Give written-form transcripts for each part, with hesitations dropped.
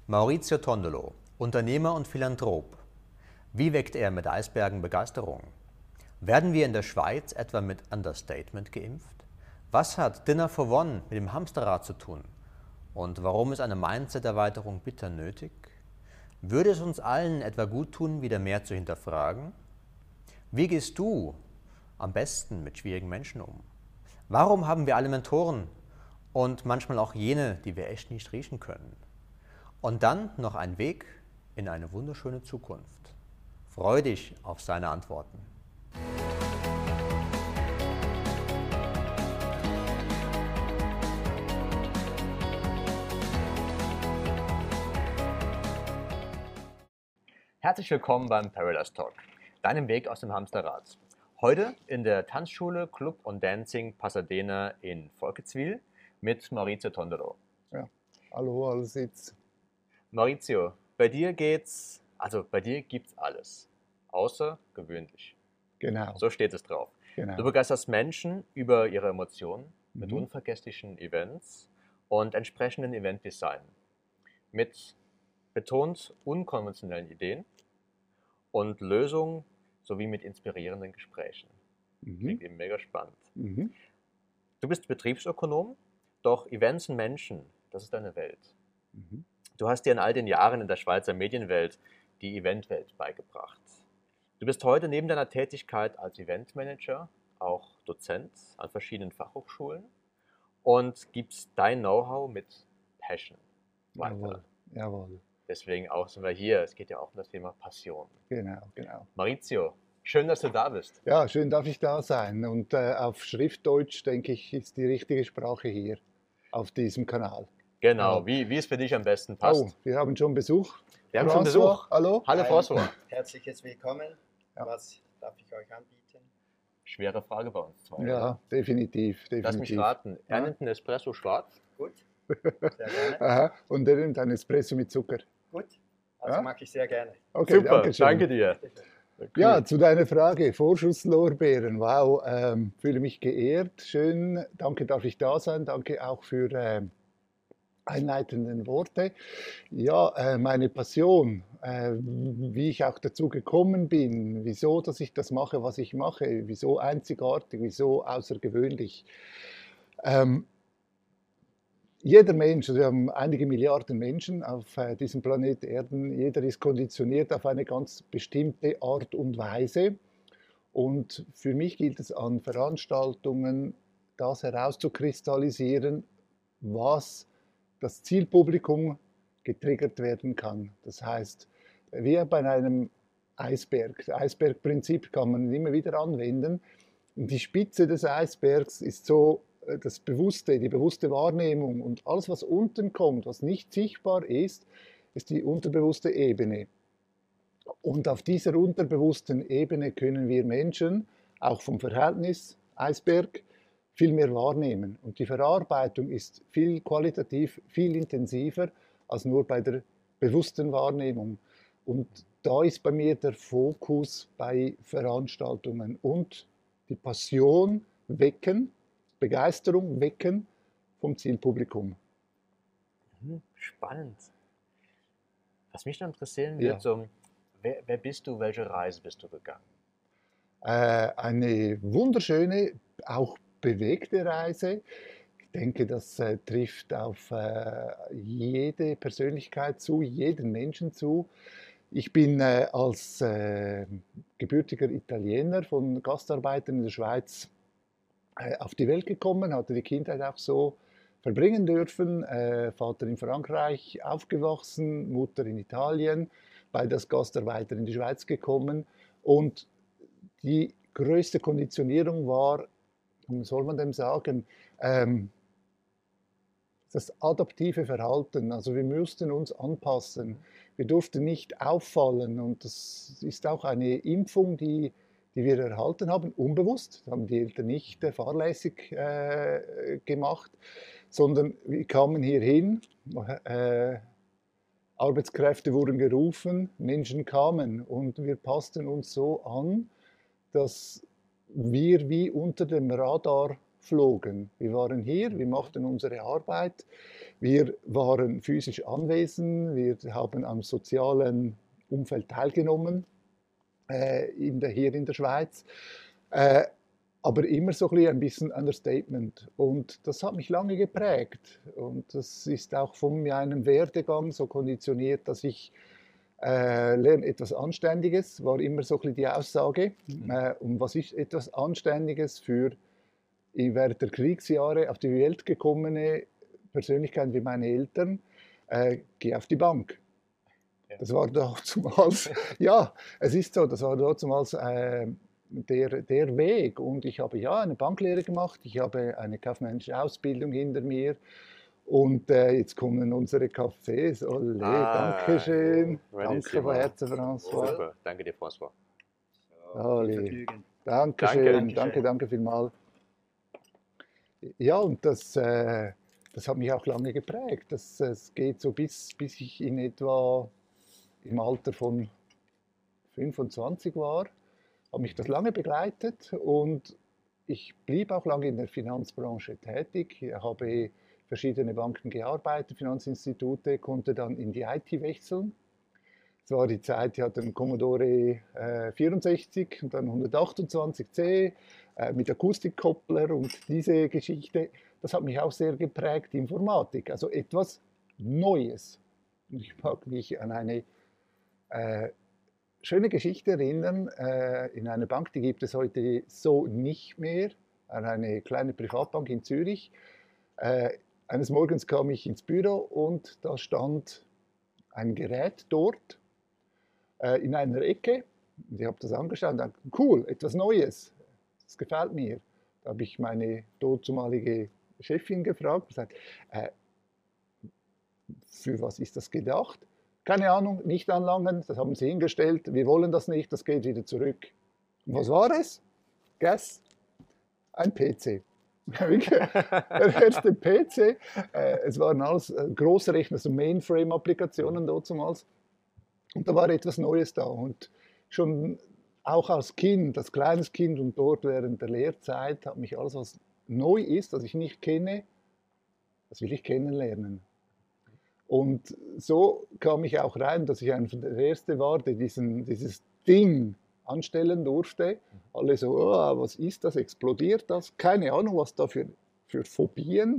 Maurizio Tondolo, Unternehmer und Philanthrop. Wie weckt er mit Eisbergen Begeisterung? Werden wir in der Schweiz etwa mit Understatement geimpft? Was hat Dinner for One mit dem Hamsterrad zu tun? Und warum ist eine Mindset-Erweiterung bitter nötig? Würde es uns allen etwa gut tun, wieder mehr zu hinterfragen? Wie gehst du am besten mit schwierigen Menschen um? Warum haben wir alle Mentoren und manchmal auch jene, die wir echt nicht riechen können? Und dann noch ein Weg in eine wunderschöne Zukunft. Freu dich auf seine Antworten. Herzlich willkommen beim Paradise Talk, deinem Weg aus dem Hamsterrad. Heute in der Tanzschule Club und Dancing Pasadena in Volketswil mit Maurizio Tondolo. Ja, hallo allerseits. Maurizio, bei dir gibt's alles, außergewöhnlich. Genau. So steht es drauf. Genau. Du begeisterst Menschen über ihre Emotionen mit unvergesslichen Events und entsprechenden Eventdesign, mit betont unkonventionellen Ideen und Lösungen sowie mit inspirierenden Gesprächen. Klingt eben mega spannend. Du bist Betriebsökonom, doch Events und Menschen, das ist deine Welt. Du hast dir in all den Jahren in der Schweizer Medienwelt die Eventwelt beigebracht. Du bist heute neben deiner Tätigkeit als Eventmanager auch Dozent an verschiedenen Fachhochschulen und gibst dein Know-how mit Passion weiter. Jawohl. Deswegen auch sind wir hier. Es geht ja auch um das Thema Passion. Genau. Maurizio, schön, dass du da bist. Ja, schön darf ich da sein. Und auf Schriftdeutsch, denke ich, ist die richtige Sprache hier auf diesem Kanal. Genau, Ja. wie es für dich am besten passt. Oh, wir haben schon Besuch. Wir haben schon Besuch. Hallo. Hallo François. Herzliches Willkommen. Ja. Was darf ich euch anbieten? Schwere Frage bei uns zwei. Ja, definitiv. Lass mich raten. Er nimmt einen Espresso schwarz. Gut, sehr gerne. Aha. Und er nimmt ein Espresso mit Zucker. Gut, also Ja? mag ich sehr gerne. Okay, Super, danke schön. danke dir. Cool. Ja, zu deiner Frage, Vorschusslorbeeren, wow, fühle mich geehrt, schön, danke, darf ich da sein, danke auch für einleitenden Worte. Ja, meine Passion, wie ich auch dazu gekommen bin, wieso, dass ich das mache, was ich mache, wieso einzigartig, wieso außergewöhnlich. Jeder Mensch, also wir haben einige Milliarden Menschen auf diesem Planet Erden, jeder ist konditioniert auf eine ganz bestimmte Art und Weise. Und für mich gilt es an Veranstaltungen, das herauszukristallisieren, was das Zielpublikum getriggert werden kann. Das heißt, wie bei einem Eisberg. Das Eisbergprinzip kann man immer wieder anwenden. Und die Spitze des Eisbergs ist so das Bewusste, die bewusste Wahrnehmung, und alles, was unten kommt, was nicht sichtbar ist, ist die unterbewusste Ebene. Und auf dieser unterbewussten Ebene können wir Menschen, auch vom Verhältnis Eisberg, viel mehr wahrnehmen. Und die Verarbeitung ist viel qualitativ, viel intensiver als nur bei der bewussten Wahrnehmung. Und da ist bei mir der Fokus bei Veranstaltungen und die Passion wecken, Begeisterung wecken vom Zielpublikum. Spannend. Was mich noch interessieren wird, so, wer bist du, welche Reise bist du gegangen? Eine wunderschöne, auch bewegte Reise. Ich denke, das trifft auf jede Persönlichkeit zu, jeden Menschen zu. Ich bin als gebürtiger Italiener von Gastarbeitern in der Schweiz auf die Welt gekommen, hatte die Kindheit auch so verbringen dürfen. Vater in Frankreich aufgewachsen, Mutter in Italien, beide als Gastarbeiter in die Schweiz gekommen. Und die größte Konditionierung war, wie soll man dem sagen, das adaptive Verhalten. Also wir mussten uns anpassen. Wir durften nicht auffallen. Und das ist auch eine Impfung, die wir erhalten haben, unbewusst. Das haben die Eltern nicht fahrlässig gemacht, sondern wir kamen hier hin, Arbeitskräfte wurden gerufen, Menschen kamen und wir passten uns so an, dass wir wie unter dem Radar flogen. Wir waren hier, wir machten unsere Arbeit, wir waren physisch anwesend, wir haben am sozialen Umfeld teilgenommen, hier in der Schweiz. Aber immer so ein bisschen Understatement. Und das hat mich lange geprägt. Und das ist auch von meinem Werdegang so konditioniert, dass ich lerne etwas Anständiges, war immer so ein bisschen die Aussage. Und was ist etwas Anständiges für während der Kriegsjahre auf die Welt gekommene Persönlichkeiten wie meine Eltern? Geh auf die Bank. Das war damals, ja, es ist so, das war damals der Weg. Und ich habe ja eine Banklehre gemacht, ich habe eine kaufmännische Ausbildung hinter mir. Und jetzt kommen unsere Cafés. Olé, danke schön. Danke von Herzen, François. Super, danke dir, François. Olé. Danke schön, danke vielmals. Ja, und das hat mich auch lange geprägt. Das geht so bis ich in etwa im Alter von 25 war, hat mich das lange begleitet und ich blieb auch lange in der Finanzbranche tätig. Ich habe verschiedene Banken gearbeitet, Finanzinstitute, konnte dann in die IT wechseln. Es war die Zeit, ich hatte einen Commodore 64 und dann 128C mit Akustikkoppler und diese Geschichte, das hat mich auch sehr geprägt, die Informatik, also etwas Neues. Und ich mag mich an eine schöne Geschichte erinnern, in einer Bank, die gibt es heute so nicht mehr, an eine kleine Privatbank in Zürich. Eines Morgens kam ich ins Büro und da stand ein Gerät dort in einer Ecke. Ich habe das angeschaut und dachte, cool, etwas Neues, das gefällt mir. Da habe ich meine damalige Chefin gefragt und gesagt, für was ist das gedacht? Keine Ahnung, nicht anlangen, das haben sie hingestellt, wir wollen das nicht, das geht wieder zurück. Und was war es? Guess? Ein PC. Der erste PC, es waren alles große Rechner, so Mainframe-Applikationen damals. Und da war etwas Neues da. Und schon auch als Kind, als kleines Kind und dort während der Lehrzeit, hat mich alles, was neu ist, das ich nicht kenne, das will ich kennenlernen. Und so kam ich auch rein, dass ich einfach der Erste war, der dieses Ding anstellen durfte. Alle so, oh, was ist das, explodiert das? Keine Ahnung, was da für Phobien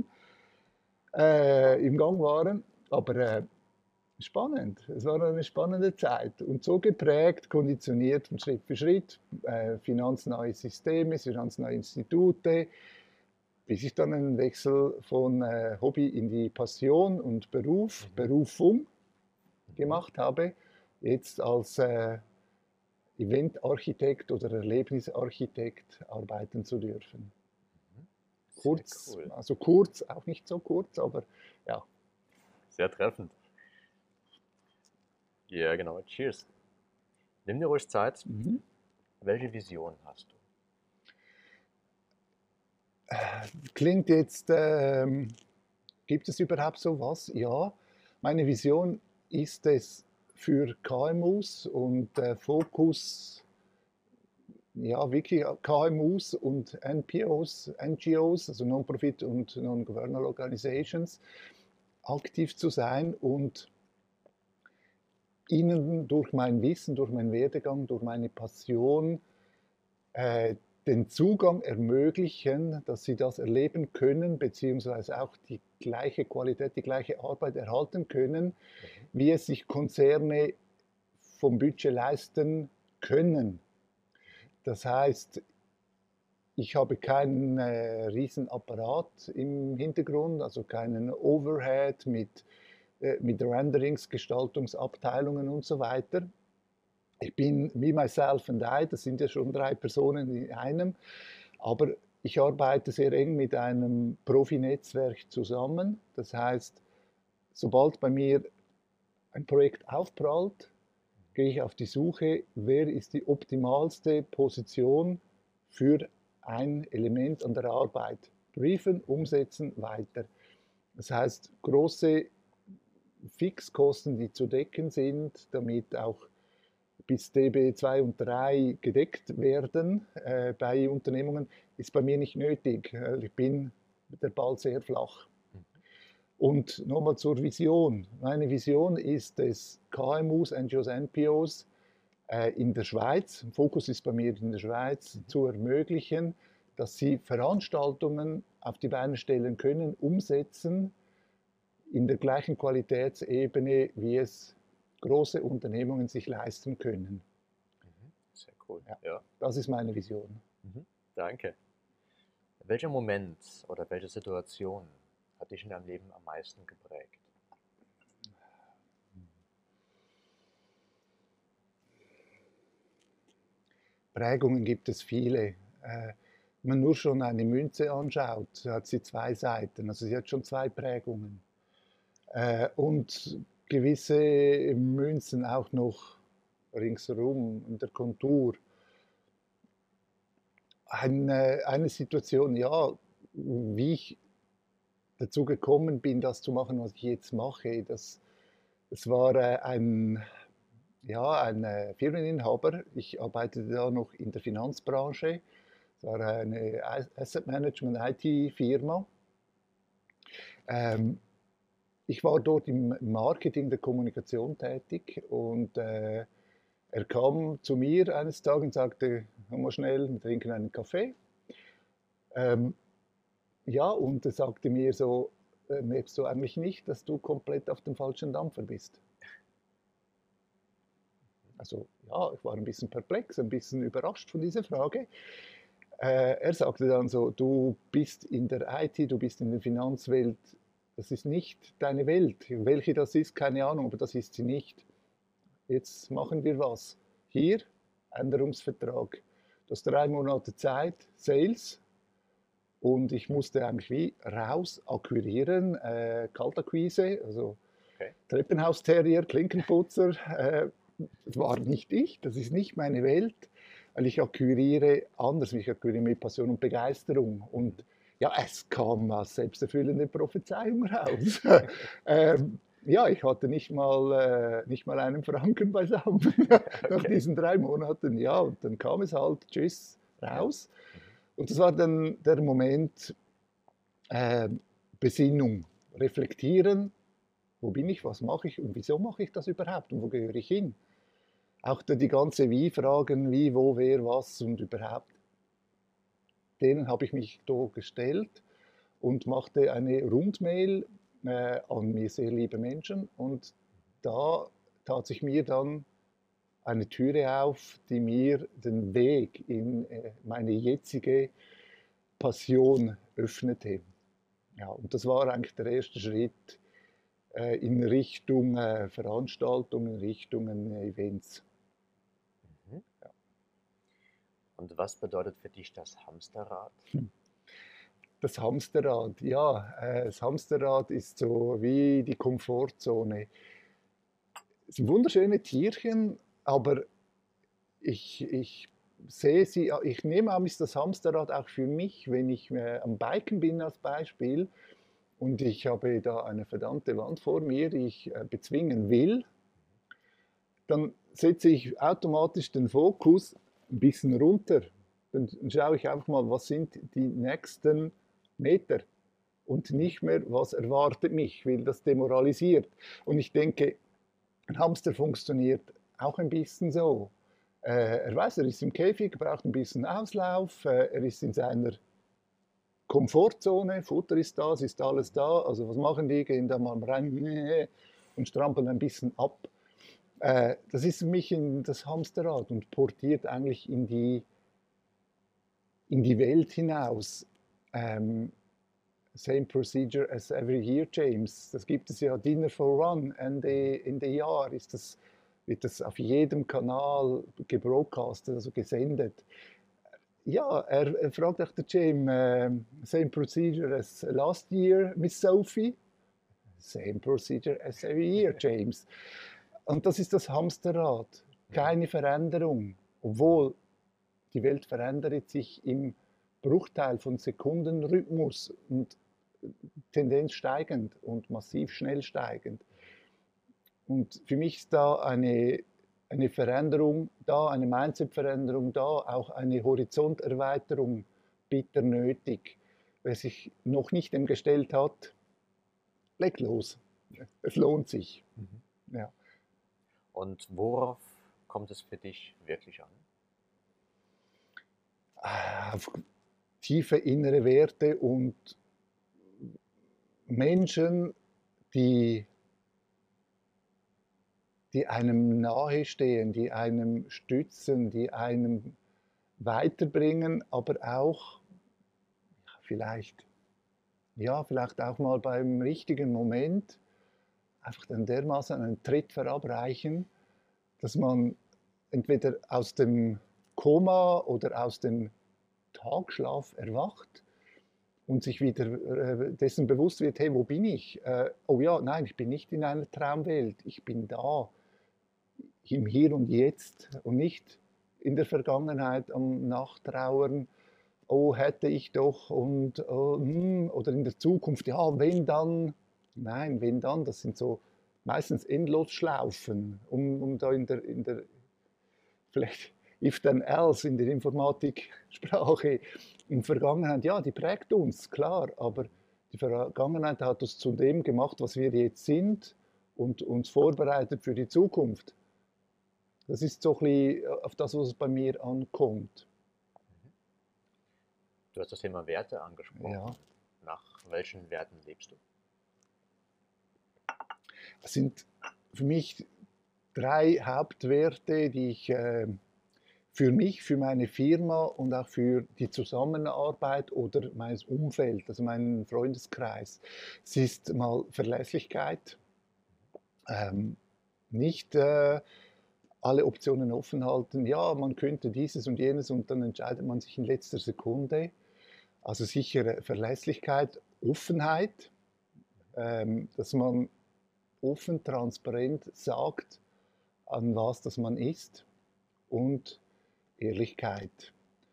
im Gang waren. Aber spannend, es war eine spannende Zeit. Und so geprägt, konditioniert von Schritt für Schritt, finanznahe Systeme, finanznahe Institute, bis ich dann einen Wechsel von Hobby in die Passion und Berufung gemacht habe, jetzt als Eventarchitekt oder Erlebnisarchitekt arbeiten zu dürfen. Kurz, cool. Also kurz, auch nicht so kurz, aber ja. Sehr treffend. Ja, genau. Cheers. Nimm dir ruhig Zeit. Welche Vision hast du? Klingt jetzt, gibt es überhaupt sowas? Ja, meine Vision ist es für KMUs und Fokus, ja wirklich KMUs und NGOs, also Non-Profit und Non-Governmental Organizations, aktiv zu sein und ihnen durch mein Wissen, durch meinen Werdegang, durch meine Passion den Zugang ermöglichen, dass sie das erleben können, beziehungsweise auch die gleiche Qualität, die gleiche Arbeit erhalten können, wie es sich Konzerne vom Budget leisten können. Das heißt, ich habe keinen riesen Apparat im Hintergrund, also keinen Overhead mit Renderings, Gestaltungsabteilungen und so weiter. Ich bin me, myself and I, das sind ja schon 3 Personen in einem, aber ich arbeite sehr eng mit einem Profi-Netzwerk zusammen. Das heißt, sobald bei mir ein Projekt aufprallt, gehe ich auf die Suche, wer ist die optimalste Position für ein Element an der Arbeit. Briefen, umsetzen, weiter. Das heißt, große Fixkosten, die zu decken sind, damit auch bis DB 2 und 3 gedeckt werden bei Unternehmungen, ist bei mir nicht nötig. Ich bin der Ball sehr flach. Und nochmal zur Vision. Meine Vision ist es, KMUs, NGOs, NPOs in der Schweiz, Fokus ist bei mir in der Schweiz, zu ermöglichen, dass sie Veranstaltungen auf die Beine stellen können, umsetzen in der gleichen Qualitätsebene, wie es große Unternehmungen sich leisten können. Sehr cool. Ja, Ja. das ist meine Vision. Danke. Welcher Moment oder welche Situation hat dich in deinem Leben am meisten geprägt? Prägungen gibt es viele. Wenn man nur schon eine Münze anschaut, hat sie zwei Seiten. Also sie hat schon zwei Prägungen. Und gewisse Münzen auch noch ringsherum in der Kontur. Eine Situation, ja, wie ich dazu gekommen bin, das zu machen, was ich jetzt mache, das war ein Firmeninhaber. Ich arbeitete da noch in der Finanzbranche. Es war eine Asset Management IT-Firma. Ich war dort im Marketing der Kommunikation tätig und er kam zu mir eines Tages und sagte, komm mal schnell, wir trinken einen Kaffee. Und er sagte mir so, merkst du eigentlich nicht, dass du komplett auf dem falschen Dampfer bist? Also ja, ich war ein bisschen perplex, ein bisschen überrascht von dieser Frage. Er sagte dann so, du bist in der IT, du bist in der Finanzwelt, das ist nicht deine Welt. Welche das ist, keine Ahnung, aber das ist sie nicht. Jetzt machen wir was. Hier, Änderungsvertrag. Du hast 3 Monate Zeit, Sales. Und ich musste eigentlich wie raus akquirieren, Kaltakquise, also Okay. Treppenhausterrier, Klinkenputzer. Das war nicht ich, das ist nicht meine Welt. Weil ich akquiriere anders, ich akquiriere mit Passion und Begeisterung. Und ja, es kam als selbsterfüllende Prophezeiung raus. Ich hatte nicht mal einen Franken beisammen nach diesen 3 Monaten. Ja, und dann kam es halt, tschüss, raus. Und das war dann der Moment Besinnung, reflektieren, wo bin ich, was mache ich und wieso mache ich das überhaupt und wo gehöre ich hin? Auch die ganze Wie-Fragen, wie, wo, wer, was und überhaupt, denen habe ich mich da gestellt und machte eine Rundmail an mir sehr liebe Menschen und da tat sich mir dann eine Türe auf, die mir den Weg in meine jetzige Passion öffnete. Ja, und das war eigentlich der erste Schritt in Richtung Veranstaltungen, in Richtung Events. Ja. Und was bedeutet für dich das Hamsterrad? Das Hamsterrad, ja, das Hamsterrad ist so wie die Komfortzone. Es sind wunderschöne Tierchen, aber ich sehe sie, ich nehme auch das Hamsterrad auch für mich, wenn ich am Biken bin als Beispiel und ich habe da eine verdammte Wand vor mir, die ich bezwingen will, dann setze ich automatisch den Fokus ein bisschen runter. Dann schaue ich einfach mal, was sind die nächsten Meter und nicht mehr, was erwartet mich, weil das demoralisiert. Und ich denke, ein Hamster funktioniert auch ein bisschen so. Er weiß, er ist im Käfig, braucht ein bisschen Auslauf, er ist in seiner Komfortzone, Futter ist da, es ist alles da, also was machen die, gehen da mal rein und strampeln ein bisschen ab. Das ist für mich in das Hamsterrad und portiert eigentlich in die Welt hinaus. Same procedure as every year, James. Das gibt es ja, Dinner for One, in the Jahr wird das auf jedem Kanal gebroadcastet, also gesendet. Ja, er fragt auch der James, same procedure as last year, Miss Sophie. Same procedure as every year, James. Und das ist das Hamsterrad. Keine Veränderung, obwohl die Welt verändert sich im Bruchteil von Sekundenrhythmus und Tendenz steigend und massiv schnell steigend. Und für mich ist da eine eine Veränderung da, eine Mindset-Veränderung da, auch eine Horizonterweiterung bitter nötig. Wer sich noch nicht dem gestellt hat, leg los. Es lohnt sich. Ja. Und worauf kommt es für dich wirklich an? Auf tiefe innere Werte und Menschen, die einem nahestehen, die einem stützen, die einem weiterbringen, aber auch vielleicht auch mal beim richtigen Moment einfach dann dermaßen einen Tritt verabreichen, dass man entweder aus dem Koma oder aus dem Tagschlaf erwacht und sich wieder dessen bewusst wird, hey, wo bin ich? Oh ja, nein, ich bin nicht in einer Traumwelt, ich bin da, im Hier und Jetzt und nicht in der Vergangenheit am Nachtrauern, oh, hätte ich doch und oder in der Zukunft, ja, wenn dann. Nein, wenn dann, das sind so meistens Endlosschlaufen, um da in der vielleicht if then else in der Informatiksprache, in Vergangenheit, ja, die prägt uns, klar, aber die Vergangenheit hat uns zu dem gemacht, was wir jetzt sind und uns vorbereitet für die Zukunft. Das ist so ein bisschen auf das, was es bei mir ankommt. Du hast das Thema Werte angesprochen. Ja. Nach welchen Werten lebst du? Es sind für mich 3 Hauptwerte, die ich für mich, für meine Firma und auch für die Zusammenarbeit oder mein Umfeld, also meinen Freundeskreis. Es ist mal Verlässlichkeit, nicht alle Optionen offen halten. Ja, man könnte dieses und jenes und dann entscheidet man sich in letzter Sekunde. Also sicher Verlässlichkeit, Offenheit, dass man offen, transparent sagt, an was das man ist, und Ehrlichkeit.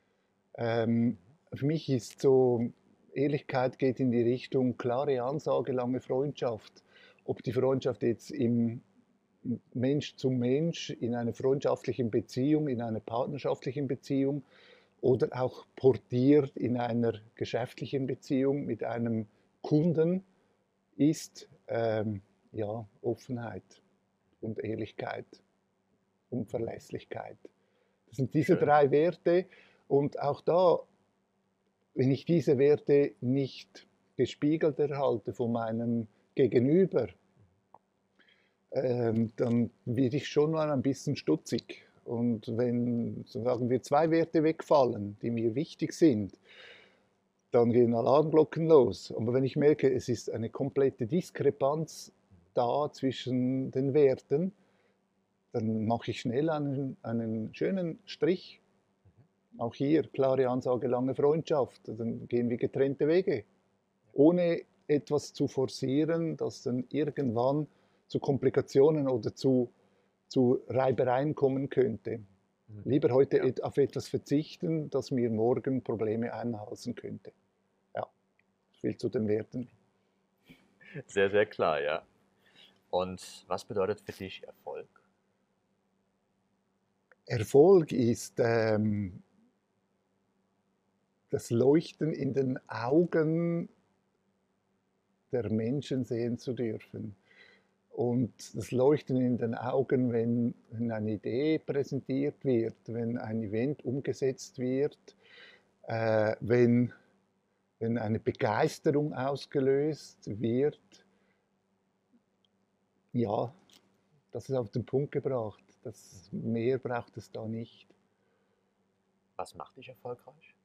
Für mich ist so, Ehrlichkeit geht in die Richtung klare Ansage, lange Freundschaft. Ob die Freundschaft jetzt im Mensch zu Mensch, in einer freundschaftlichen Beziehung, in einer partnerschaftlichen Beziehung oder auch portiert in einer geschäftlichen Beziehung mit einem Kunden ist, ja, Offenheit und Ehrlichkeit und Verlässlichkeit. Das sind diese 3 Werte, und auch da, wenn ich diese Werte nicht gespiegelt erhalte von meinem Gegenüber, dann werde ich schon mal ein bisschen stutzig. Und wenn, so sagen wir, 2 Werte wegfallen, die mir wichtig sind, dann gehen Alarmglocken los. Aber wenn ich merke, es ist eine komplette Diskrepanz da zwischen den Werten, dann mache ich schnell einen schönen Strich. Auch hier klare Ansage, lange Freundschaft. Dann gehen wir getrennte Wege, ohne etwas zu forcieren, das dann irgendwann zu Komplikationen oder zu Reibereien kommen könnte. Lieber heute auf etwas verzichten, das mir morgen Probleme einhalsen könnte. Ja, viel zu den Werten. Sehr, sehr klar, ja. Und was bedeutet für dich Erfolg? Erfolg ist das Leuchten in den Augen der Menschen sehen zu dürfen. Und das Leuchten in den Augen, wenn eine Idee präsentiert wird, wenn ein Event umgesetzt wird, wenn eine Begeisterung ausgelöst wird, ja, das ist auf den Punkt gebracht. Mehr braucht es da nicht. Was macht dich erfolgreich?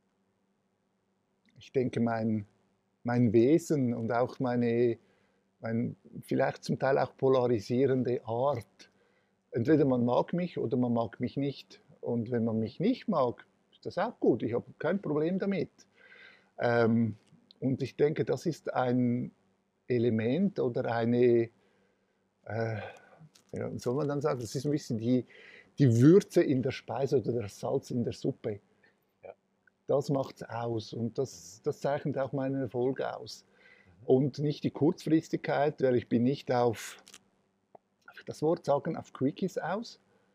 Ich denke, mein Wesen und auch meine vielleicht zum Teil auch polarisierende Art. Entweder man mag mich oder man mag mich nicht. Und wenn man mich nicht mag, ist das auch gut. Ich habe kein Problem damit. Und ich denke, das ist ein Element oder eine, ja, soll man dann sagen, das ist ein bisschen die Würze in der Speise oder das Salz in der Suppe. Ja. Das macht es aus, und das zeichnet auch meinen Erfolg aus. Und nicht die Kurzfristigkeit, weil ich bin nicht auf das Wort sagen, auf Quickies aus.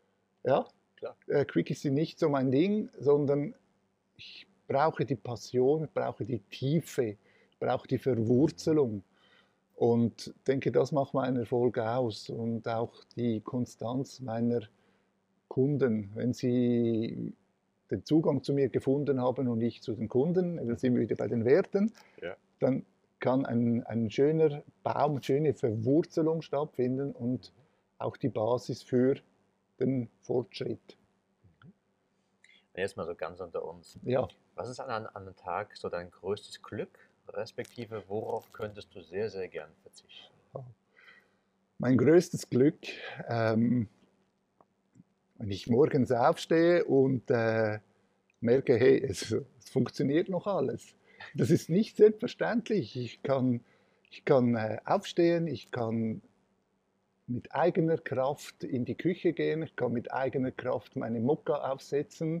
Ja, Klar. Quickies sind nicht so mein Ding, sondern ich brauche die Passion, ich brauche die Tiefe, ich brauche die Verwurzelung. Und denke, das macht meinen Erfolg aus und auch die Konstanz meiner Kunden. Wenn sie den Zugang zu mir gefunden haben und ich zu den Kunden, dann sind wir wieder bei den Werten, Ja. dann kann ein schöner Baum, eine schöne Verwurzelung stattfinden und auch die Basis für den Fortschritt. Jetzt mal so ganz unter uns. Ja, Was ist an einem Tag so dein größtes Glück, respektive worauf könntest du sehr, sehr gern verzichten? mein größtes Glück, wenn ich morgens aufstehe und merke, hey, es funktioniert noch alles. Das ist nicht selbstverständlich. Ich kann aufstehen, ich kann mit eigener Kraft in die Küche gehen, ich kann mit eigener Kraft meine Mokka aufsetzen.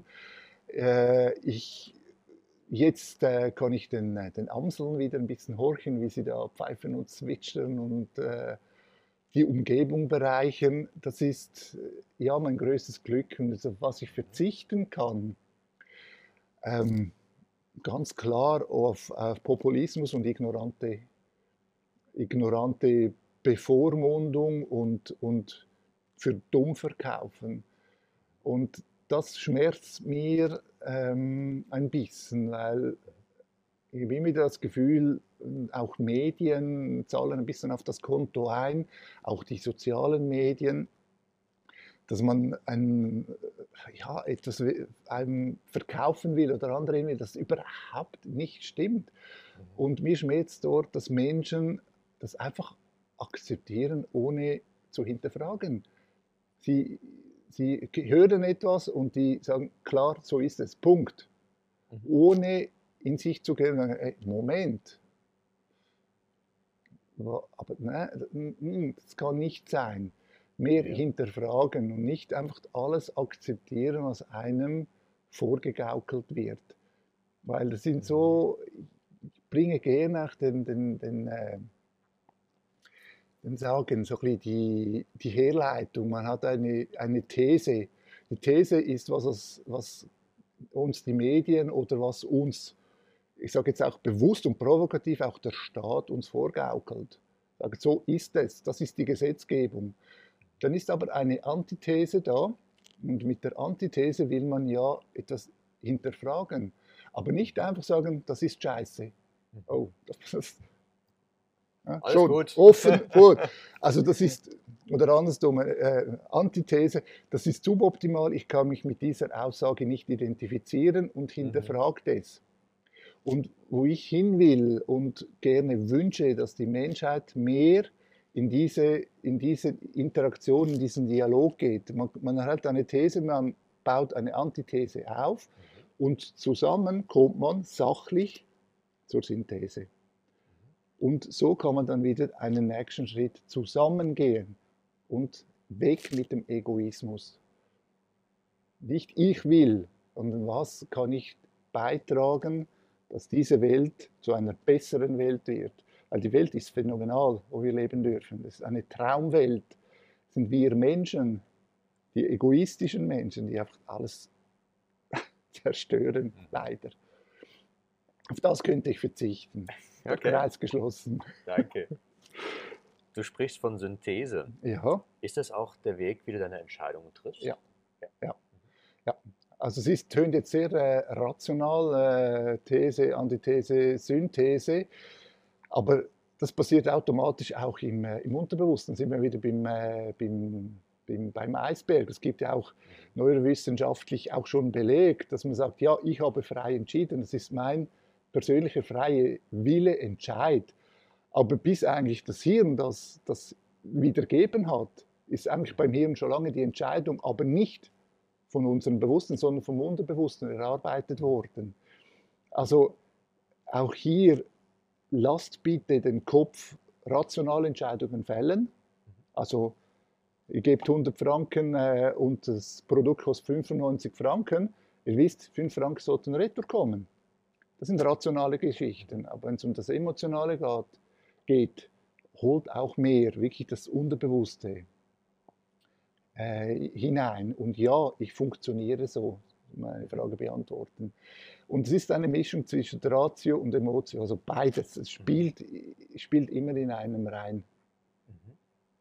Jetzt kann ich den Amseln wieder ein bisschen horchen, wie sie da pfeifen und zwitschern und die Umgebung bereichern. Das ist ja mein größtes Glück und auf was ich verzichten kann. Ähm, Ganz klar auf Populismus und ignorante Bevormundung und für dumm verkaufen. Und das schmerzt mir ein bisschen, weil ich habe immer das Gefühl, auch Medien zahlen ein bisschen auf das Konto ein, auch die sozialen Medien, dass man etwas einem verkaufen will oder anderen will, das überhaupt nicht stimmt. Und mir schmerzt dort, dass Menschen das einfach akzeptieren, ohne zu hinterfragen. Sie, sie hören etwas und die sagen, klar, so ist es, Punkt. Ohne in sich zu gehen und sagen, Moment, aber nein, das kann nicht sein. Mehr hinterfragen und nicht einfach alles akzeptieren, was einem vorgegaukelt wird. Weil das sind so, ich bringe gerne auch den Sagen, so ein bisschen die Herleitung. Man hat eine These. Die These ist, was uns die Medien oder was uns, ich sage jetzt auch bewusst und provokativ, auch der Staat uns vorgaukelt. Sagt, so ist es, das ist die Gesetzgebung. Dann ist aber eine Antithese da und mit der Antithese will man ja etwas hinterfragen, aber nicht einfach sagen, das ist scheiße. Oh, das ja, Alles schon gut. offen, gut. Also das ist, oder andersrum, Antithese, das ist suboptimal, ich kann mich mit dieser Aussage nicht identifizieren und hinterfrage das. Und wo ich hin will und gerne wünsche, dass die Menschheit mehr in diese Interaktion, in diesen Dialog geht. Man hat eine These, man baut eine Antithese auf und zusammen kommt man sachlich zur Synthese. Und so kann man dann wieder einen nächsten Schritt zusammengehen und weg mit dem Egoismus. Nicht ich will, sondern was kann ich beitragen, dass diese Welt zu einer besseren Welt wird. Weil die Welt ist phänomenal, wo wir leben dürfen. Das ist eine Traumwelt. Das sind wir Menschen, die egoistischen Menschen, die einfach alles zerstören, leider. Auf das könnte ich verzichten. Der Okay. Kreis geschlossen. Danke. Du sprichst von Synthese. Ja. Ist das auch der Weg, wie du deine Entscheidungen triffst? Ja. Also es tönt jetzt sehr rational, These, Antithese, Synthese, aber das passiert automatisch auch im Unterbewussten. Sind wir wieder beim Eisberg. Es gibt ja auch neurowissenschaftlich auch schon belegt, dass man sagt, ja, ich habe frei entschieden, das ist mein persönlicher freier Wille, Entscheid. Aber bis eigentlich das Hirn das wiedergeben hat, ist eigentlich beim Hirn schon lange die Entscheidung, aber nicht von unserem Bewussten, sondern vom Unterbewussten erarbeitet worden. Also auch hier, lasst bitte den Kopf rationale Entscheidungen fällen. Also ihr gebt 100 Franken und das Produkt kostet 95 Franken. Ihr wisst, 5 Franken sollten retour kommen. Das sind rationale Geschichten. Aber wenn es um das Emotionale geht, holt auch mehr, wirklich das Unterbewusste. hinein. Und ja, ich funktioniere so, meine Frage beantworten. Und es ist eine Mischung zwischen Ratio und Emotion, also beides. Es spielt immer in einem rein. Mhm.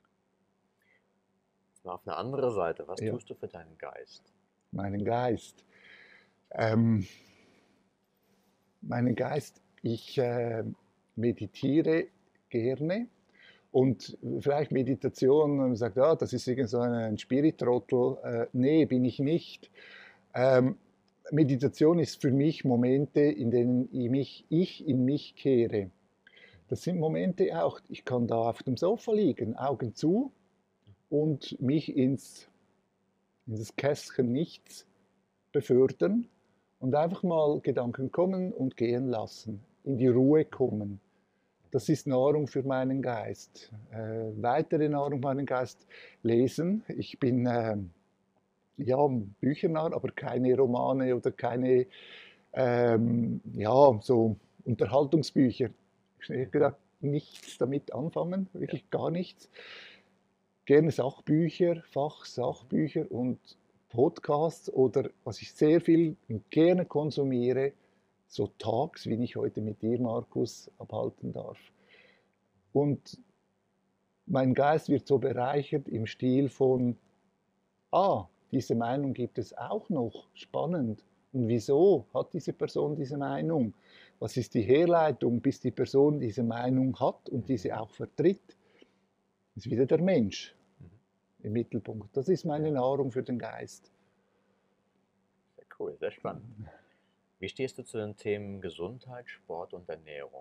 Jetzt mal auf eine andere Seite. Was Ja. tust du für deinen Geist? Meinen Geist. Meinen Geist, ich meditiere gerne. Und vielleicht Meditation, man sagt, ja, das ist irgend so ein Spiritrottel. Nee, bin ich nicht. Meditation ist für mich Momente, in denen ich in mich kehre. Das sind Momente auch, ich kann da auf dem Sofa liegen, Augen zu und mich in das Kästchen Nichts befördern und einfach mal Gedanken kommen und gehen lassen, in die Ruhe kommen. Das ist Nahrung für meinen Geist. Weitere Nahrung für meinen Geist lesen. Ich bin ja, büchernah, aber keine Romane oder keine ja, so Unterhaltungsbücher. Ich habe gedacht, nichts damit anfangen, wirklich gar nichts. Gerne Sachbücher, Fachsachbücher und Podcasts oder was ich sehr viel und gerne konsumiere, so Talks, wie ich heute mit dir, Markus, abhalten darf. Und mein Geist wird so bereichert im Stil von, diese Meinung gibt es auch noch, spannend. Und wieso hat diese Person diese Meinung? Was ist die Herleitung, bis die Person diese Meinung hat und diese auch vertritt? Ist wieder der Mensch im Mittelpunkt. Das ist meine Nahrung für den Geist. Sehr cool, sehr spannend. Wie stehst du zu den Themen Gesundheit, Sport und Ernährung?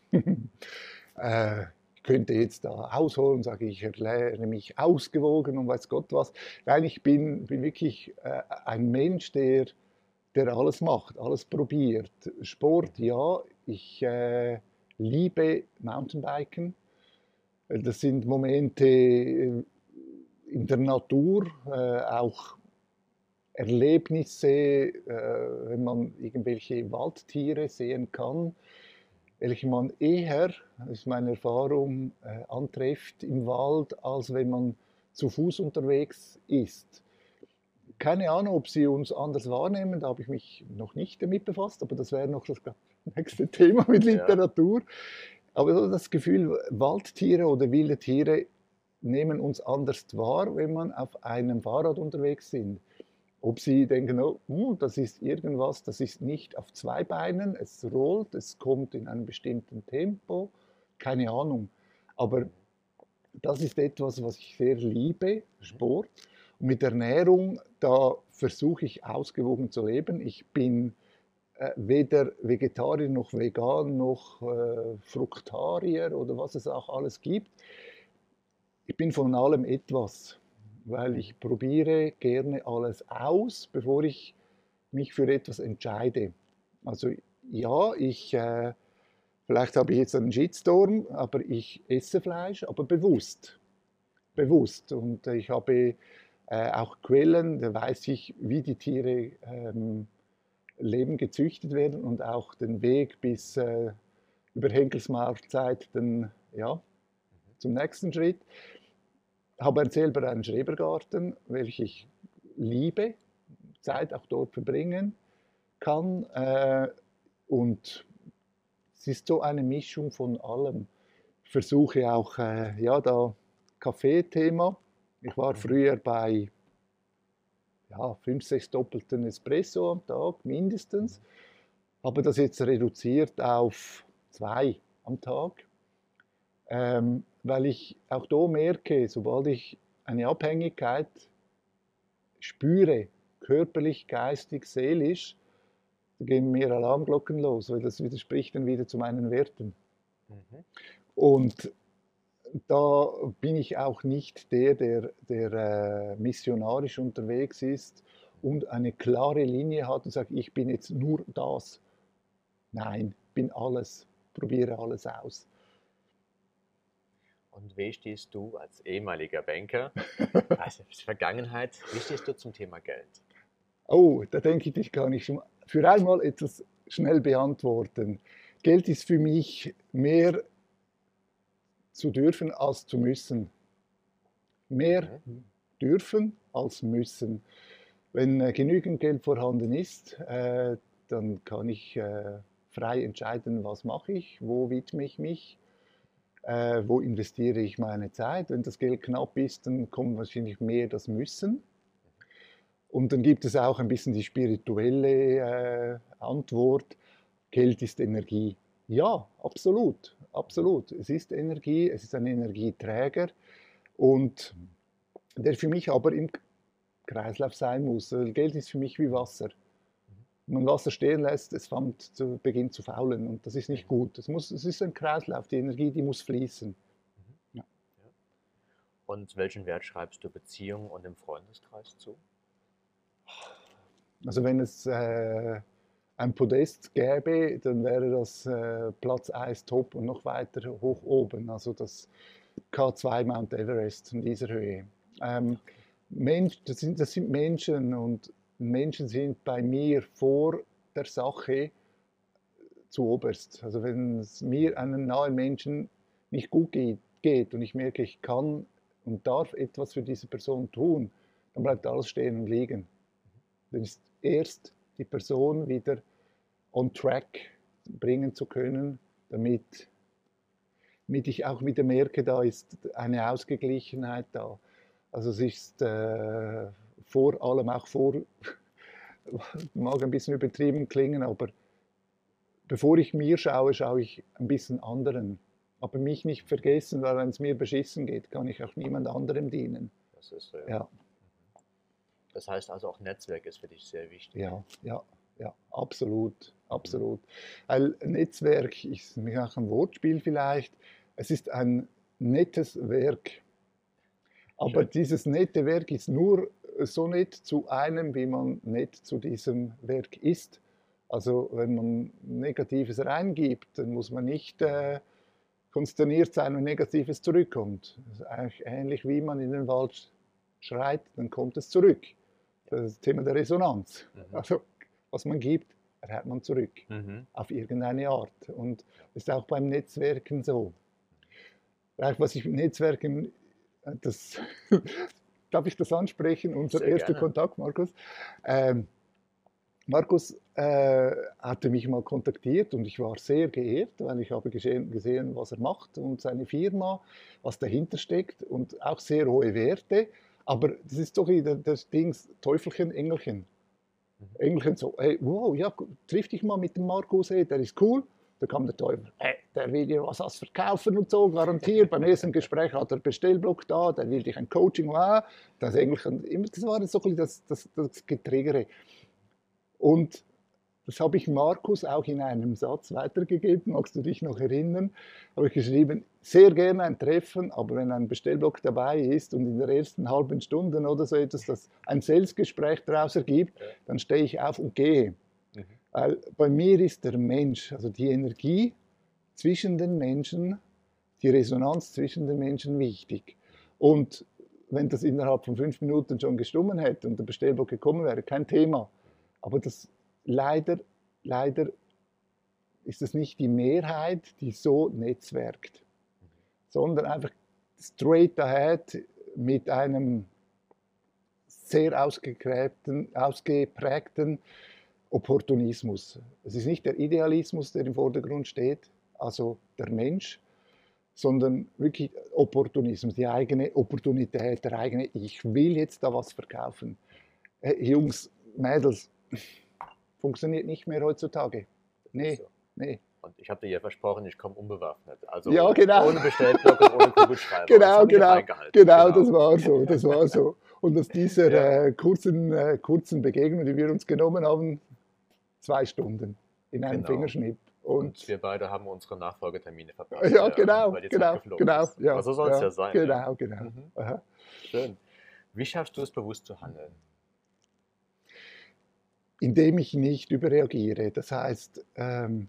Ich könnte jetzt da ausholen und sagen, ich erkläre mich ausgewogen und weiß Gott was. Nein, ich bin wirklich ein Mensch, der alles macht, alles probiert. Sport, ja, ich liebe Mountainbiken. Das sind Momente in der Natur, auch Erlebnisse, wenn man irgendwelche Waldtiere sehen kann, welche man eher, das ist meine Erfahrung, antrifft im Wald, als wenn man zu Fuß unterwegs ist. Keine Ahnung, ob sie uns anders wahrnehmen, da habe ich mich noch nicht damit befasst, aber das wäre noch das nächste Thema mit Literatur. Ja. Aber so das Gefühl, Waldtiere oder wilde Tiere nehmen uns anders wahr, wenn man auf einem Fahrrad unterwegs sind. Ob sie denken, oh, das ist irgendwas, das ist nicht auf zwei Beinen, es rollt, es kommt in einem bestimmten Tempo, keine Ahnung. Aber das ist etwas, was ich sehr liebe, Sport. Und mit Ernährung, da versuche ich ausgewogen zu leben. Ich bin weder Vegetarier noch Vegan noch Fruktarier oder was es auch alles gibt. Ich bin von allem etwas, weil ich probiere gerne alles aus, bevor ich mich für etwas entscheide. Also ja, vielleicht habe ich jetzt einen Shitstorm, aber ich esse Fleisch, aber bewusst. Bewusst. Und ich habe auch Quellen, da weiß ich, wie die Tiere leben, gezüchtet werden und auch den Weg bis über Henkersmahlzeit zum nächsten Schritt. Habe selber einen Schrebergarten, welchen ich liebe, Zeit auch dort verbringen kann. Und es ist so eine Mischung von allem. Ich versuche auch, da Kaffeethema. Ich war früher bei 5, 6 doppelten Espresso am Tag mindestens. Habe das jetzt reduziert auf 2 am Tag. Weil ich auch da merke, sobald ich eine Abhängigkeit spüre, körperlich, geistig, seelisch, da gehen mir Alarmglocken los, weil das widerspricht dann wieder zu meinen Werten. Und da bin ich auch nicht der missionarisch unterwegs ist und eine klare Linie hat und sagt, ich bin jetzt nur das. Nein, bin alles, probiere alles aus. Und wie stehst du als ehemaliger Banker, also Vergangenheit, wie stehst du zum Thema Geld? Oh, da denke ich, kann ich schon für einmal etwas schnell beantworten. Geld ist für mich mehr zu dürfen als zu müssen. Mehr dürfen als müssen. Wenn genügend Geld vorhanden ist, dann kann ich frei entscheiden, was mache ich, wo widme ich mich, wo investiere ich meine Zeit. Wenn das Geld knapp ist, dann kommt wahrscheinlich mehr das Müssen. Und dann gibt es auch ein bisschen die spirituelle Antwort, Geld ist Energie. Ja, absolut, absolut. Es ist Energie, es ist ein Energieträger und der für mich aber im Kreislauf sein muss. Geld ist für mich wie Wasser. Wenn man Wasser stehen lässt, es beginnt zu faulen und das ist nicht gut. Es ist ein Kreislauf, die Energie, die muss fließen. Ja. Und welchen Wert schreibst du Beziehungen und dem Freundeskreis zu? Also wenn es ein Podest gäbe, dann wäre das Platz 1 top und noch weiter hoch oben, also das K2 Mount Everest in dieser Höhe. Das sind Menschen und Menschen sind bei mir vor der Sache zu oberst. Also wenn es mir einem nahen Menschen nicht gut geht und ich merke, ich kann und darf etwas für diese Person tun, dann bleibt alles stehen und liegen. Dann ist erst die Person wieder on track bringen zu können, damit ich auch wieder merke, da ist eine Ausgeglichenheit da. Also es ist vor allem auch mag ein bisschen übertrieben klingen, aber bevor ich mir schaue, schaue ich ein bisschen anderen. Aber mich nicht vergessen, weil wenn es mir beschissen geht, kann ich auch niemand anderem dienen. Das ist so, ja. Ja. Das heißt also auch Netzwerk ist für dich sehr wichtig. Ja, absolut, absolut. Weil Netzwerk ist auch ein Wortspiel vielleicht. Es ist ein nettes Werk. Aber Schön. dieses nette Werk ist nur so nett zu einem, wie man nett zu diesem Werk ist. Also wenn man Negatives reingibt, dann muss man nicht konsterniert sein, wenn Negatives zurückkommt. Das ist eigentlich ähnlich wie man in den Wald schreit, dann kommt es zurück. Das ist das Thema der Resonanz. Also was man gibt, erhält man zurück. Auf irgendeine Art. Und das ist auch beim Netzwerken so. Was ich mit Netzwerken, darf ich das ansprechen? Unser Sehr erster gerne. Kontakt, Markus. Markus hatte mich mal kontaktiert und ich war sehr geehrt, weil ich habe gesehen, was er macht und seine Firma, was dahinter steckt und auch sehr hohe Werte. Aber das ist doch wieder das Ding Teufelchen, Engelchen. Engelchen so, hey, wow, ja, triff dich mal mit dem Markus, hey, der ist cool. Da kam der Teufel, hey, der will dir was verkaufen und so, garantiert. Beim ersten Gespräch hat er Bestellblock da, der will dich ein Coaching, wow. Das Engelchen, das war so ein bisschen das Getriggere. Und das habe ich Markus auch in einem Satz weitergegeben, magst du dich noch erinnern? Habe ich geschrieben, sehr gerne ein Treffen, aber wenn ein Bestellblock dabei ist und in der ersten halben Stunde oder so etwas, das ein Selbstgespräch daraus ergibt, dann stehe ich auf und gehe. Weil bei mir ist der Mensch, also die Energie zwischen den Menschen, die Resonanz zwischen den Menschen wichtig. Und wenn das innerhalb von 5 Minuten schon gestummen hätte und der Bestellblock gekommen wäre, kein Thema. Aber das leider ist es nicht die Mehrheit, die so netzwerkt, sondern einfach straight ahead mit einem sehr ausgeprägten Opportunismus. Es ist nicht der Idealismus, der im Vordergrund steht, also der Mensch, sondern wirklich Opportunismus, die eigene Opportunität, der eigene, ich will jetzt da was verkaufen. Jungs, Mädels, funktioniert nicht mehr heutzutage. Nee. Und ich habe dir ja versprochen, ich komme unbewaffnet. Also ja, genau. Ohne Bestellblock und ohne Kugelschreiber. Genau, genau. Das war so. Und aus dieser kurzen Begegnung, die wir uns genommen haben, 2 Stunden in einem Fingerschnipp. Und wir beide haben unsere Nachfolgetermine verpasst. Ja, genau. Weil die Zeit geflogen ist. Ja, aber so soll es ja sein. Genau. Schön. Wie schaffst du es, bewusst zu handeln? Indem ich nicht überreagiere. Das heißt, eine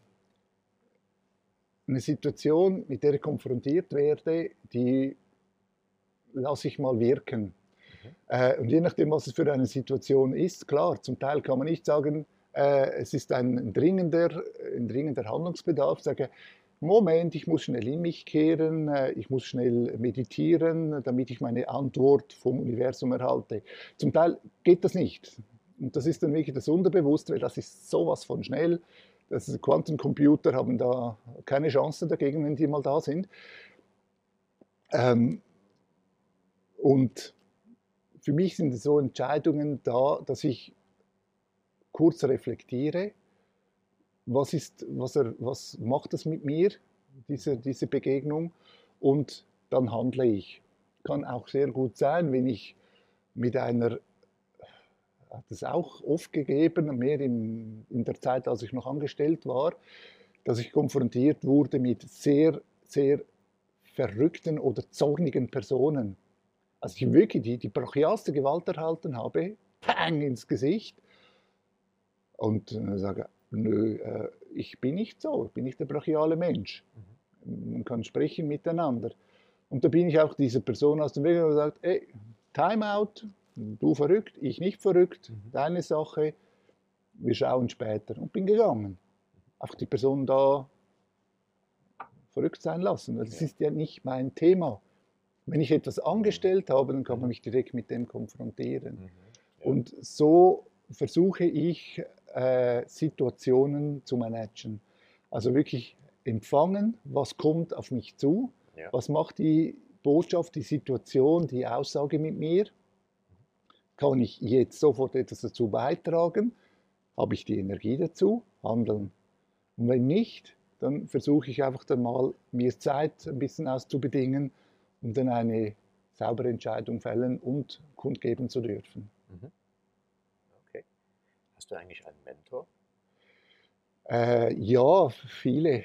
Situation, mit der ich konfrontiert werde, die lasse ich mal wirken. Und je nachdem, was es für eine Situation ist, klar, zum Teil kann man nicht sagen, es ist ein dringender Handlungsbedarf. Ich sage, Moment, ich muss schnell in mich kehren, ich muss schnell meditieren, damit ich meine Antwort vom Universum erhalte. Zum Teil geht das nicht. Und das ist dann wirklich das Unterbewusste, weil das ist sowas von schnell. Quantencomputer haben da keine Chance dagegen, wenn die mal da sind. Und für mich sind so Entscheidungen da, dass ich kurz reflektiere, was macht das mit mir, diese Begegnung, und dann handle ich. Kann auch sehr gut sein, wenn ich mit einer, hat es auch oft gegeben, mehr in der Zeit, als ich noch angestellt war, dass ich konfrontiert wurde mit sehr, sehr verrückten oder zornigen Personen. Also ich wirklich die brachialste Gewalt erhalten habe, pang ins Gesicht, und sage, nö, ich bin nicht so, ich bin nicht der brachiale Mensch. Man kann sprechen miteinander. Und da bin ich auch dieser Person aus dem Weg und gesagt, ey, Timeout, du verrückt, ich nicht verrückt, deine Sache, wir schauen später. Und bin gegangen. Auch die Person da verrückt sein lassen. Das ist ja nicht mein Thema. Wenn ich etwas angestellt habe, dann kann man mich direkt mit dem konfrontieren. Ja. Und so versuche ich, Situationen zu managen. Also wirklich empfangen, was kommt auf mich zu, ja. Was macht die Botschaft, die Situation, die Aussage mit mir. Kann ich jetzt sofort etwas dazu beitragen? Habe ich die Energie dazu? Handeln. Und wenn nicht, dann versuche ich einfach dann mal, mir Zeit ein bisschen auszubedingen, um dann eine saubere Entscheidung fällen und kundgeben zu dürfen. Okay. Hast du eigentlich einen Mentor? Ja, viele.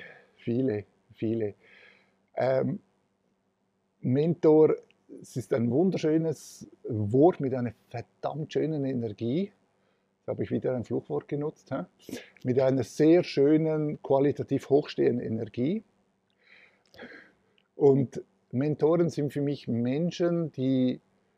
Mentor, es ist ein wunderschönes Wort mit einer verdammt schönen Energie. Jetzt habe ich wieder ein Fluchwort genutzt. Mit einer sehr schönen, qualitativ hochstehenden Energie. Und Mentoren sind für mich Menschen, die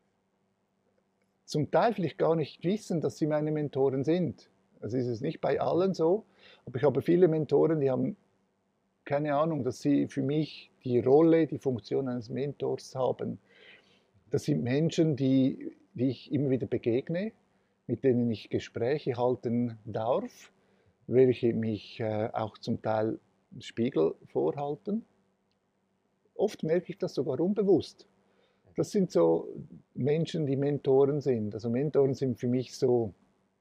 zum Teil vielleicht gar nicht wissen, dass sie meine Mentoren sind. Das ist es nicht bei allen so, aber ich habe viele Mentoren, die haben keine Ahnung, dass sie für mich die Rolle, die Funktion eines Mentors haben. Das sind Menschen, die ich immer wieder begegne, mit denen ich Gespräche halten darf, welche mich auch zum Teil Spiegel vorhalten. Oft merke ich das sogar unbewusst. Das sind so Menschen, die Mentoren sind. Also Mentoren sind für mich so,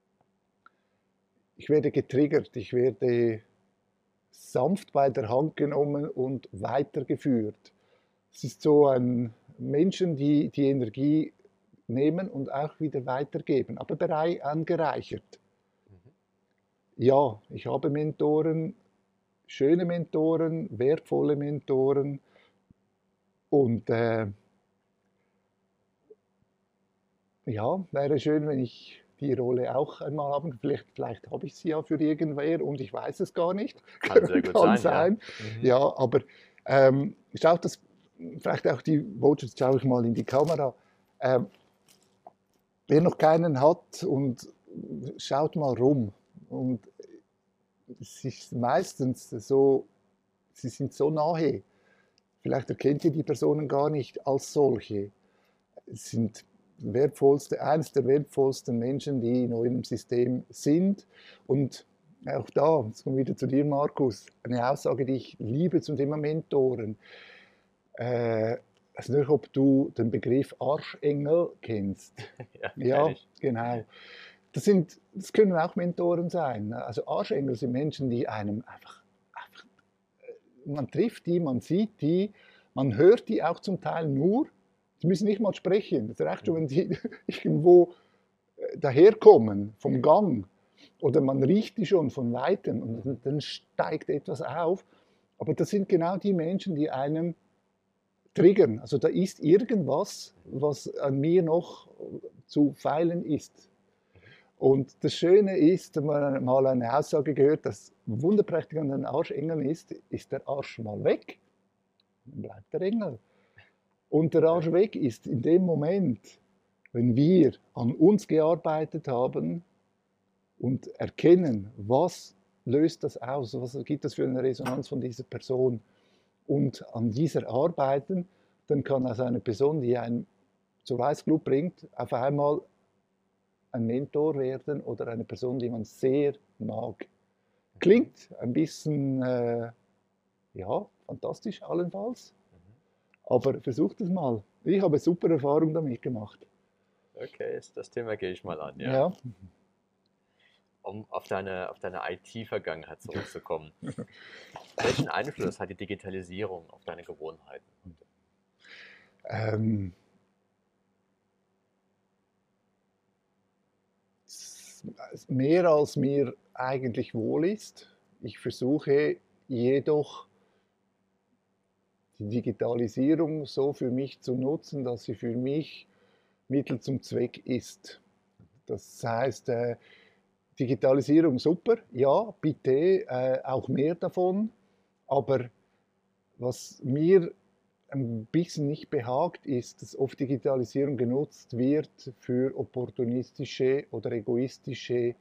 ich werde getriggert, ich werde sanft bei der Hand genommen und weitergeführt. Es ist so ein Menschen, die die Energie nehmen und auch wieder weitergeben, aber angereichert. Ja, ich habe Mentoren, schöne Mentoren, wertvolle Mentoren, und ja, wäre schön, wenn ich die Rolle auch einmal habe. Vielleicht habe ich sie ja für irgendwer und ich weiß es gar nicht. Kann sehr gut sein. Ja, aber schaut das, vielleicht auch die Botschaft, schaue ich mal in die Kamera. Wer noch keinen hat, und schaut mal rum. Und es ist meistens so, sie sind so nahe. Vielleicht erkennt ihr die Personen gar nicht als solche. Es sind eines der wertvollsten Menschen, die in eurem System sind. Und auch da, jetzt kommen wir wieder zu dir, Markus, eine Aussage, die ich liebe zum Thema Mentoren. Also nicht, ob du den Begriff Arschengel kennst. Ja, genau. Das können auch Mentoren sein. Also Arschengel sind Menschen, die einem einfach man trifft die, man sieht die, man hört die auch zum Teil nur. Sie müssen nicht mal sprechen. Es reicht schon, wenn sie irgendwo daherkommen, vom Gang. Oder man riecht die schon von Weitem und dann steigt etwas auf. Aber das sind genau die Menschen, die einem triggern. Also da ist irgendwas, was an mir noch zu feilen ist. Und das Schöne ist, wenn man mal eine Aussage gehört, das Wunderprächtige an den Arschengeln ist der Arsch mal weg, dann bleibt der Engel. Und der Arsch weg ist in dem Moment, wenn wir an uns gearbeitet haben und erkennen, was löst das aus? Was gibt das für eine Resonanz von dieser Person? Und an dieser arbeiten, dann kann aus einer Person, die einen zur Weißglut bringt, auf einmal ein Mentor werden oder eine Person, die man sehr mag. Klingt ein bisschen ja, fantastisch allenfalls, aber versucht es mal. Ich habe super Erfahrung damit gemacht. Okay, das Thema gehe ich mal an, ja. Ja. Um auf deine IT-Vergangenheit zurückzukommen. Welchen Einfluss hat die Digitalisierung auf deine Gewohnheiten? Mehr als mir eigentlich wohl ist. Ich versuche jedoch die Digitalisierung so für mich zu nutzen, dass sie für mich Mittel zum Zweck ist. Das heißt, Digitalisierung super, ja, bitte auch mehr davon, aber was mir ein bisschen nicht behagt, ist, dass oft Digitalisierung genutzt wird für opportunistische oder egoistische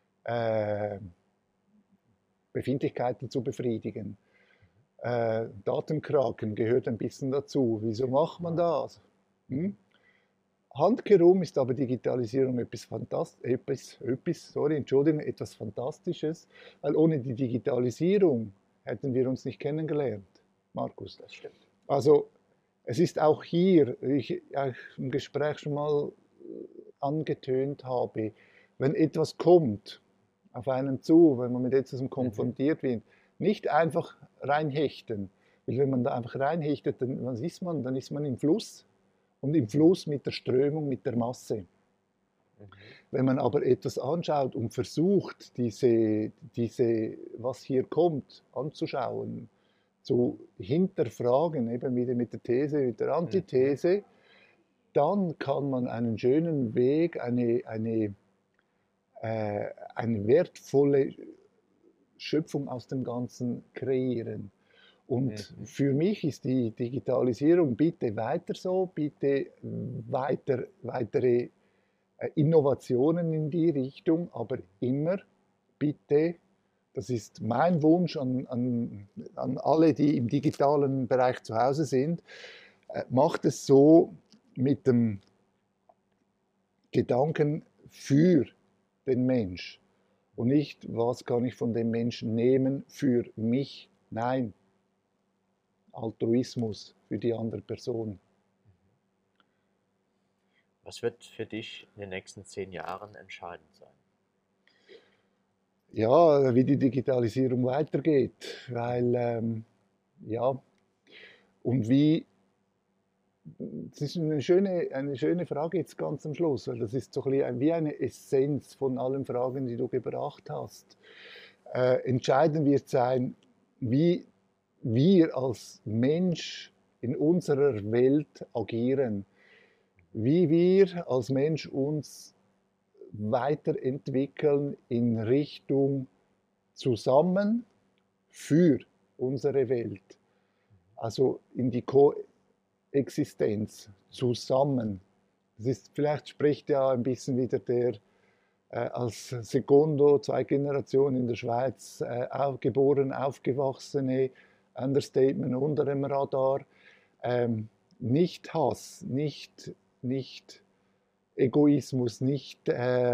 Befindlichkeiten zu befriedigen. Datenkraken gehört ein bisschen dazu. Wieso macht man das? Handkehrum ist aber Digitalisierung etwas Fantastisches, weil ohne die Digitalisierung hätten wir uns nicht kennengelernt, Markus. Das stimmt. Also es ist auch hier, wie ich im Gespräch schon mal angetönt habe, wenn etwas kommt auf einen zu, wenn man mit etwas konfrontiert wird, nicht einfach reinhechten. Weil wenn man da einfach reinhechtet, dann ist man im Fluss und im Fluss mit der Strömung, mit der Masse. Wenn man aber etwas anschaut und versucht, was hier kommt, anzuschauen, zu hinterfragen, eben wieder mit der These, mit der Antithese, dann kann man einen schönen Weg, eine wertvolle Schöpfung aus dem Ganzen kreieren. Und für mich ist die Digitalisierung bitte weiter so, bitte weitere Innovationen in die Richtung, aber immer bitte, das ist mein Wunsch an alle, die im digitalen Bereich zu Hause sind, macht es so mit dem Gedanken für den Mensch und nicht, was kann ich von dem Menschen nehmen für mich. Nein, Altruismus für die andere Person. Was wird für dich in den nächsten 10 Jahren entscheidend sein? Ja, wie die Digitalisierung weitergeht, weil ja, und wie, das ist eine schöne Frage jetzt ganz am Schluss, weil das ist so ein bisschen wie eine Essenz von allen Fragen, die du gebracht hast. Entscheidend wird sein, wie wir als Mensch in unserer Welt agieren, wie wir als Mensch uns weiterentwickeln in Richtung zusammen für unsere Welt, also in die Koexistenz zusammen. Das ist, vielleicht spricht ja ein bisschen wieder der als Secondo, 2 Generationen in der Schweiz geboren, aufgewachsene, Understatement unter dem Radar. Nicht Hass, nicht Egoismus, nicht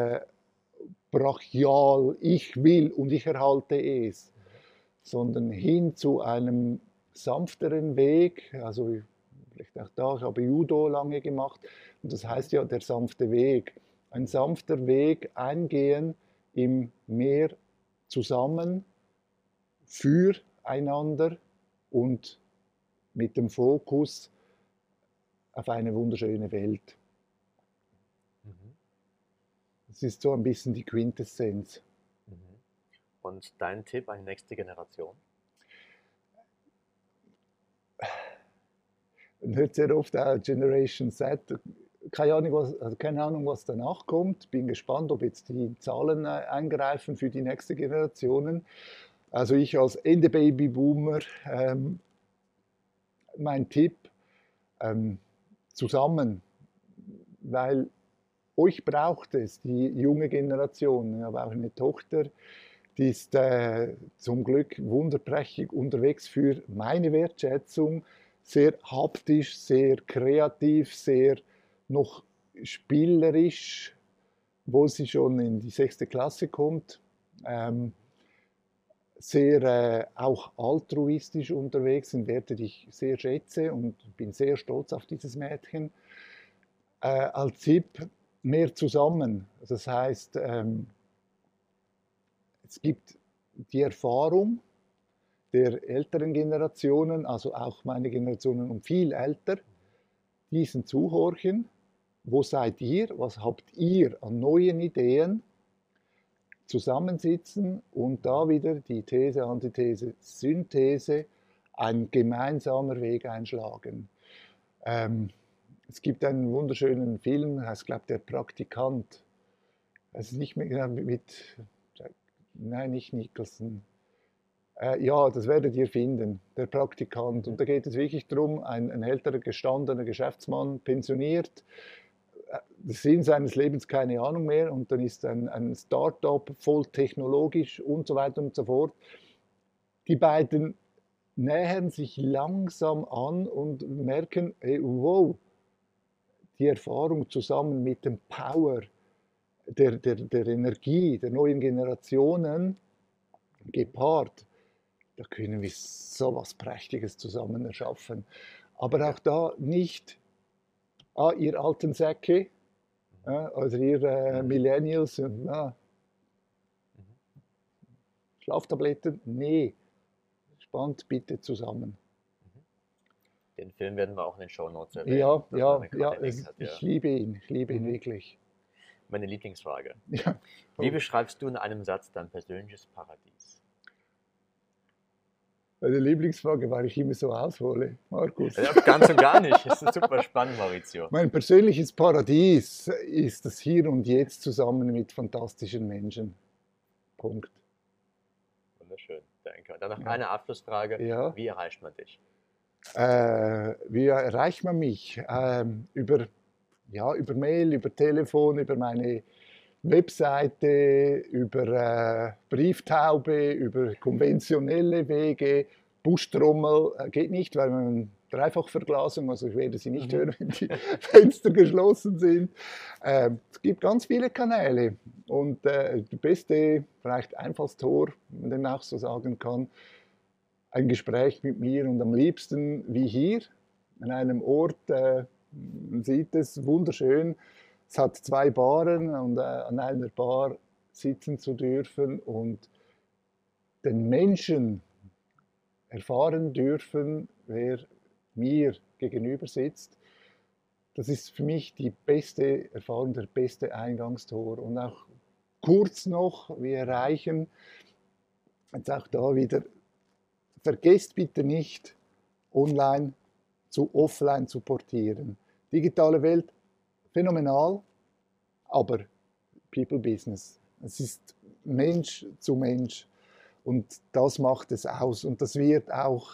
brachial, ich will und ich erhalte es, sondern hin zu einem sanfteren Weg. Also vielleicht auch da, ich habe Judo lange gemacht und das heißt ja der sanfte Weg. Ein sanfter Weg eingehen im Mehr zusammen, füreinander und mit dem Fokus auf eine wunderschöne Welt. Das ist so ein bisschen die Quintessenz. Und dein Tipp an die nächste Generation? Man hört sehr oft Generation Z. Keine Ahnung, was danach kommt. Bin gespannt, ob jetzt die Zahlen eingreifen für die nächste Generationen. Also ich als Ende Babyboomer, mein Tipp, zusammen, weil euch braucht es, die junge Generation. Ich habe auch eine Tochter, Die ist zum Glück wunderprächtig unterwegs für meine Wertschätzung. Sehr haptisch, sehr kreativ, sehr noch spielerisch, wo sie schon in die 6. Klasse kommt. Sehr auch altruistisch unterwegs, sind Werte, die ich sehr schätze und bin sehr stolz auf dieses Mädchen. Als Tipp mehr zusammen. Das heißt, es gibt die Erfahrung der älteren Generationen, also auch meine Generationen und viel älter, diesen zuhorchen. Wo seid ihr? Was habt ihr an neuen Ideen? Zusammensitzen und da wieder die These, Antithese, Synthese, ein gemeinsamer Weg einschlagen. Es gibt einen wunderschönen Film, heißt, glaube ich, Der Praktikant. Es ist nicht mehr mit, nein, nicht Nicholson. Ja, das werdet ihr finden, Der Praktikant. Und da geht es wirklich darum, ein älterer, gestandener Geschäftsmann, pensioniert, der Sinn seines Lebens keine Ahnung mehr und dann ist ein Start-up voll technologisch und so weiter und so fort. Die beiden nähern sich langsam an und merken, hey, wow, die Erfahrung zusammen mit dem Power der Energie der neuen Generationen gepaart, da können wir so was Prächtiges zusammen erschaffen. Aber auch da nicht ihr alten Säcke, also ihr Millennials, Schlaftabletten, nee, spannt bitte zusammen. Den Film werden wir auch in den Shownotes erwähnen. Ich liebe ihn wirklich. Meine Lieblingsfrage. Ja. Wie beschreibst du in einem Satz dein persönliches Paradies? Meine Lieblingsfrage, weil ich immer so aushole, Markus. Ja, ganz und gar nicht. Das ist super spannend, Maurizio. Mein persönliches Paradies ist das Hier und Jetzt zusammen mit fantastischen Menschen. Punkt. Wunderschön, danke. Und dann noch eine Abschlussfrage. Ja. Wie erreicht man dich? Wie erreicht man mich? Über Mail, über Telefon, über meine Webseite, über Brieftaube, über konventionelle Wege. Buschtrommel geht nicht, weil man Dreifachverglasung, also ich werde sie nicht hören, wenn die Fenster geschlossen sind. Es gibt ganz viele Kanäle und das beste, vielleicht Einfallstor, wenn man dem auch so sagen kann, ein Gespräch mit mir und am liebsten wie hier, an einem Ort, man sieht es, wunderschön. Es hat 2 Baren und an einer Bar sitzen zu dürfen und den Menschen erfahren dürfen, wer mir gegenüber sitzt. Das ist für mich die beste Erfahrung, der beste Eingangstor. Und auch kurz noch, wir erreichen, jetzt auch da wieder, vergesst bitte nicht, online zu offline zu portieren. Digitale Welt, phänomenal, aber People Business. Es ist Mensch zu Mensch und das macht es aus. Und das wird auch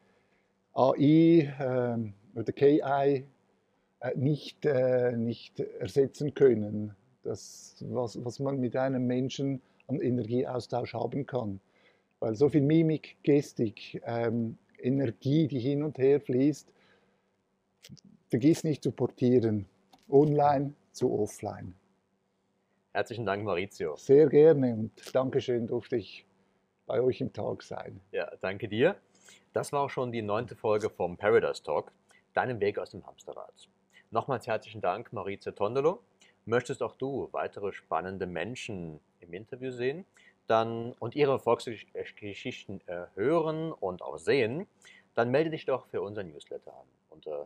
AI oder KI nicht ersetzen können. Das, was man mit einem Menschen an Energieaustausch haben kann. Weil so viel Mimik, Gestik, Energie, die hin und her fließt, vergiss nicht zu portieren. Online zu offline. Herzlichen Dank, Maurizio. Sehr gerne und Dankeschön, durfte ich bei euch im Tag sein. Ja, danke dir. Das war auch schon die 9. Folge vom Paradise Talk, deinem Weg aus dem Hamsterrad. Nochmals herzlichen Dank, Maurizio Tondolo. Möchtest auch du weitere spannende Menschen im Interview sehen und ihre Erfolgsgeschichten hören und auch sehen, dann melde dich doch für unser Newsletter an unter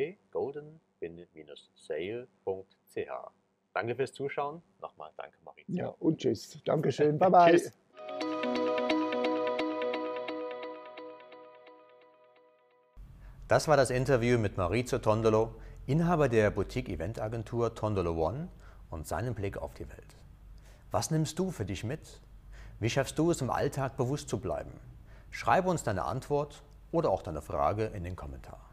www.golden-sale.ch. Danke fürs Zuschauen. Nochmal danke, Maurizio. Ja, und tschüss. Dankeschön. Bye bye. Tschüss. Das war das Interview mit Maurizio Tondolo, Inhaber der Boutique-Eventagentur Tondolo One und seinem Blick auf die Welt. Was nimmst du für dich mit? Wie schaffst du es, im Alltag bewusst zu bleiben? Schreibe uns deine Antwort oder auch deine Frage in den Kommentar.